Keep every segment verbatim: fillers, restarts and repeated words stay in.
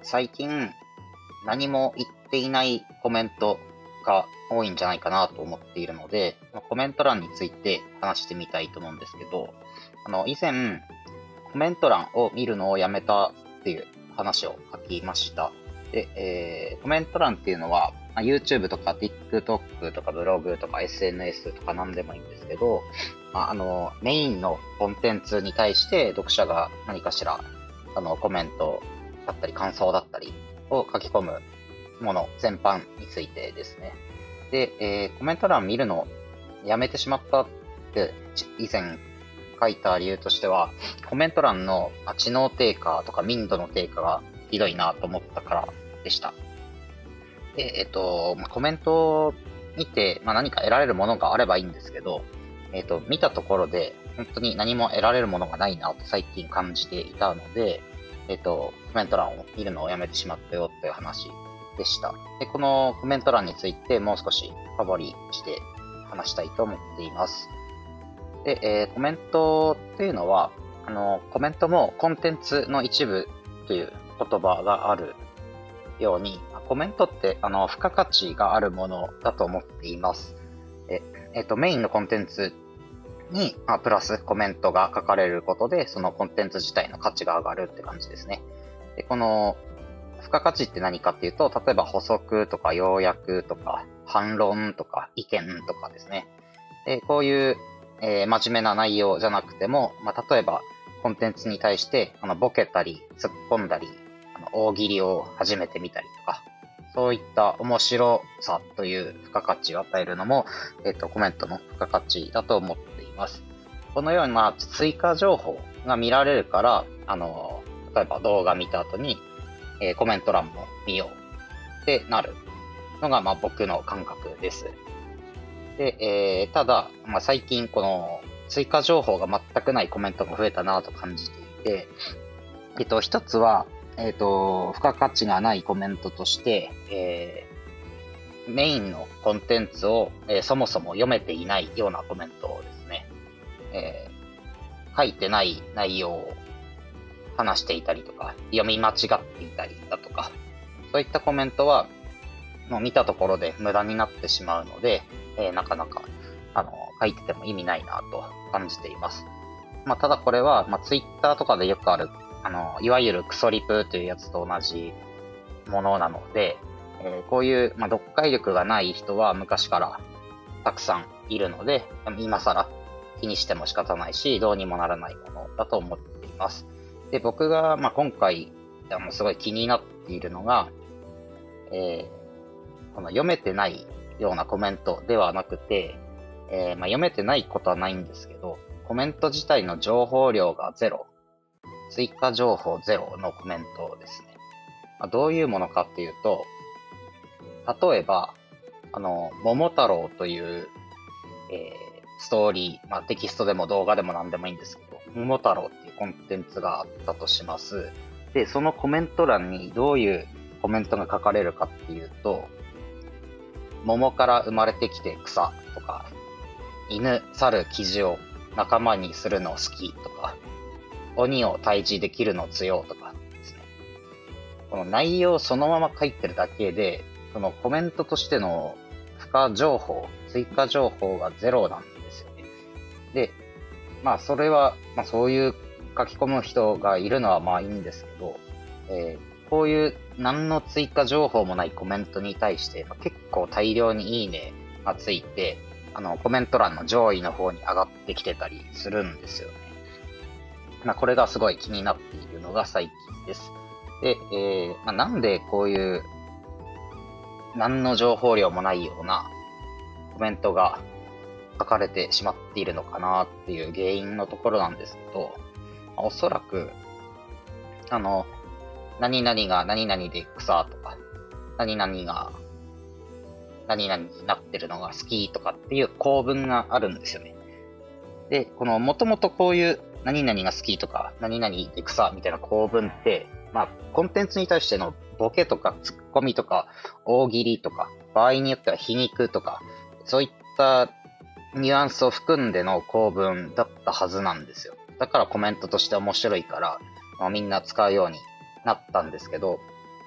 最近何も言っていないコメントが多いんじゃないかなと思っているので、コメント欄について話してみたいと思うんですけど、あの、以前、コメント欄を見るのをやめたっていう話を書きました。で、えー、コメント欄っていうのは、まあ、YouTube とか TikTok とかブログとか エスエヌエス とか何でもいいんですけど、まあ、あの、メインのコンテンツに対して読者が何かしら、あの、コメントだったり感想だったりを書き込むもの全般についてですね。で、えー、コメント欄見るのやめてしまったって以前書いた理由としては、コメント欄の知能低下とか民度の低下がひどいなと思ったからでした。で、えっと、コメントを見て、まあ、何か得られるものがあればいいんですけど、えっと、見たところで本当に何も得られるものがないなと最近感じていたので、えっと、コメント欄を見るのをやめてしまったよっていう話でした。で、このコメント欄についてもう少し深掘りして話したいと思っています。で、えー、コメントっていうのは、あの、コメントもコンテンツの一部という言葉があるように、コメントってあの付加価値があるものだと思っています。ええっと、メインのコンテンツに、まあ、プラスコメントが書かれることで、そのコンテンツ自体の価値が上がるって感じですね。で、この付加価値って何かっていうと、例えば補足とか要約とか反論とか意見とかですね。で、こういう、えー、真面目な内容じゃなくても、まあ、例えばコンテンツに対してあのボケたり突っ込んだり、あの大喜利を始めてみたりとか、そういった面白さという付加価値を与えるのも、えっと、コメントの付加価値だと思っています。このような追加情報が見られるから、あの、例えば動画見た後に、えー、コメント欄も見ようってなるのが、まあ、僕の感覚です。で、えー、ただ、まあ、最近この追加情報が全くないコメントも増えたなと感じていて、えっと、一つは、えっと、付加価値がないコメントとして、えー、メインのコンテンツを、えー、そもそも読めていないようなコメントをですね、えー、書いてない内容を話していたりとか、読み間違っていたりだとか、そういったコメントは、もう見たところで無駄になってしまうので、えー、なかなか、あの、書いてても意味ないなと感じています。まあ、ただこれは、まあ、ツイッターとかでよくある、あの、いわゆるクソリプというやつと同じものなので、えー、こういう、まあ、読解力がない人は昔からたくさんいるので、今更気にしても仕方ないし、どうにもならないものだと思っています。で、僕が、まあ、今回、あのすごい気になっているのが、えー、この読めてないようなコメントではなくて、えーまあ、読めてないことはないんですけど、コメント自体の情報量がゼロ、追加情報ゼロのコメントですね。まあ、どういうものかっていうと、例えば、あの、桃太郎という、えー、ストーリー、まあ、テキストでも動画でも何でもいいんですけど、桃太郎っていうコンテンツがあったとします。で、そのコメント欄にどういうコメントが書かれるかっていうと、桃から生まれてきて草とか、犬、猿、キジを仲間にするの好きとか、鬼を退治できるの強とかですね。この内容をそのまま書いてるだけで、そのコメントとしての付加情報、追加情報がゼロなんですよね。で、まあそれは、まあそういう書き込む人がいるのはまあいいんですけど、えー、こういう何の追加情報もないコメントに対して、まあ、結構大量にいいねがついて、あの、コメント欄の上位の方に上がってきてたりするんですよね。まあ、これがすごい気になっているのが最近です。で、えーまあ、なんでこういう何の情報量もないようなコメントが書かれてしまっているのかなっていう原因のところなんですけど、まあ、おそらく、あの、何々が何々で草とか、何々が何々になってるのが好きとかっていう構文があるんですよね。で、このもともとこういう何々が好きとか、何々で草みたいな構文って、まあ、コンテンツに対してのボケとかツッコミとか大喜利とか、場合によっては皮肉とか、そういったニュアンスを含んでの構文だったはずなんですよ。だからコメントとして面白いから、まあ、みんな使うようになったんですけど、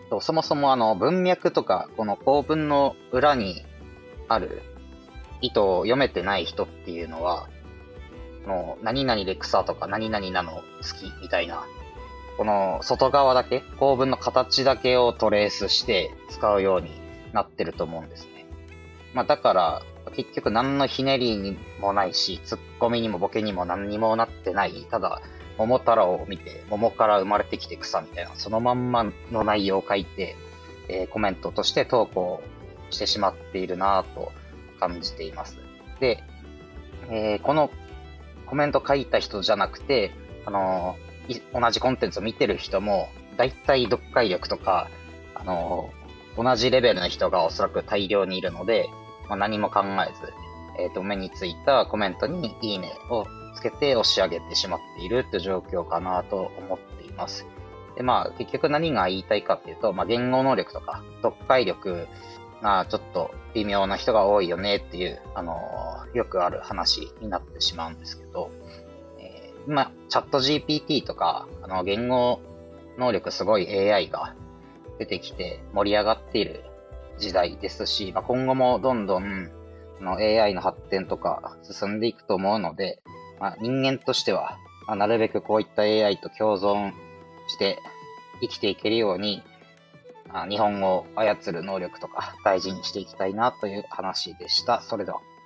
とそもそもあの文脈とか、この構文の裏にある意図を読めてない人っていうのは、の何々で草とか何々なの好きみたいな、この外側だけ、構文の形だけをトレースして使うようになってると思うんですね。まあだから、結局何のひねりにもないし、ツッコミにもボケにも何にもなってない。ただ、桃太郎を見て、桃から生まれてきて草みたいな、そのまんまの内容を書いて、えーコメントとして投稿してしまっているなぁと感じています。で、えーこのコメント書いた人じゃなくて、あのー同じコンテンツを見てる人も、だいたい読解力とか、あのー同じレベルの人がおそらく大量にいるので、まあ、何も考えず、えっ、と、目についたコメントにいいねをつけて押し上げてしまっているという状況かなと思っています。で、まあ、結局何が言いたいかっていうと、まあ、言語能力とか、読解力がちょっと微妙な人が多いよねっていう、あのーよくある話になってしまうんですけど、えー今、チャット ジーピーティー とか、あの、言語能力すごい エーアイ が出てきて盛り上がっている時代ですし、まあ、今後もどんどんあの エーアイ の発展とか進んでいくと思うので、まあ、人間としては、まあ、なるべくこういった エーアイ と共存して生きていけるように、まあ日本語を操る能力とか大事にしていきたいなという話でした。それでは。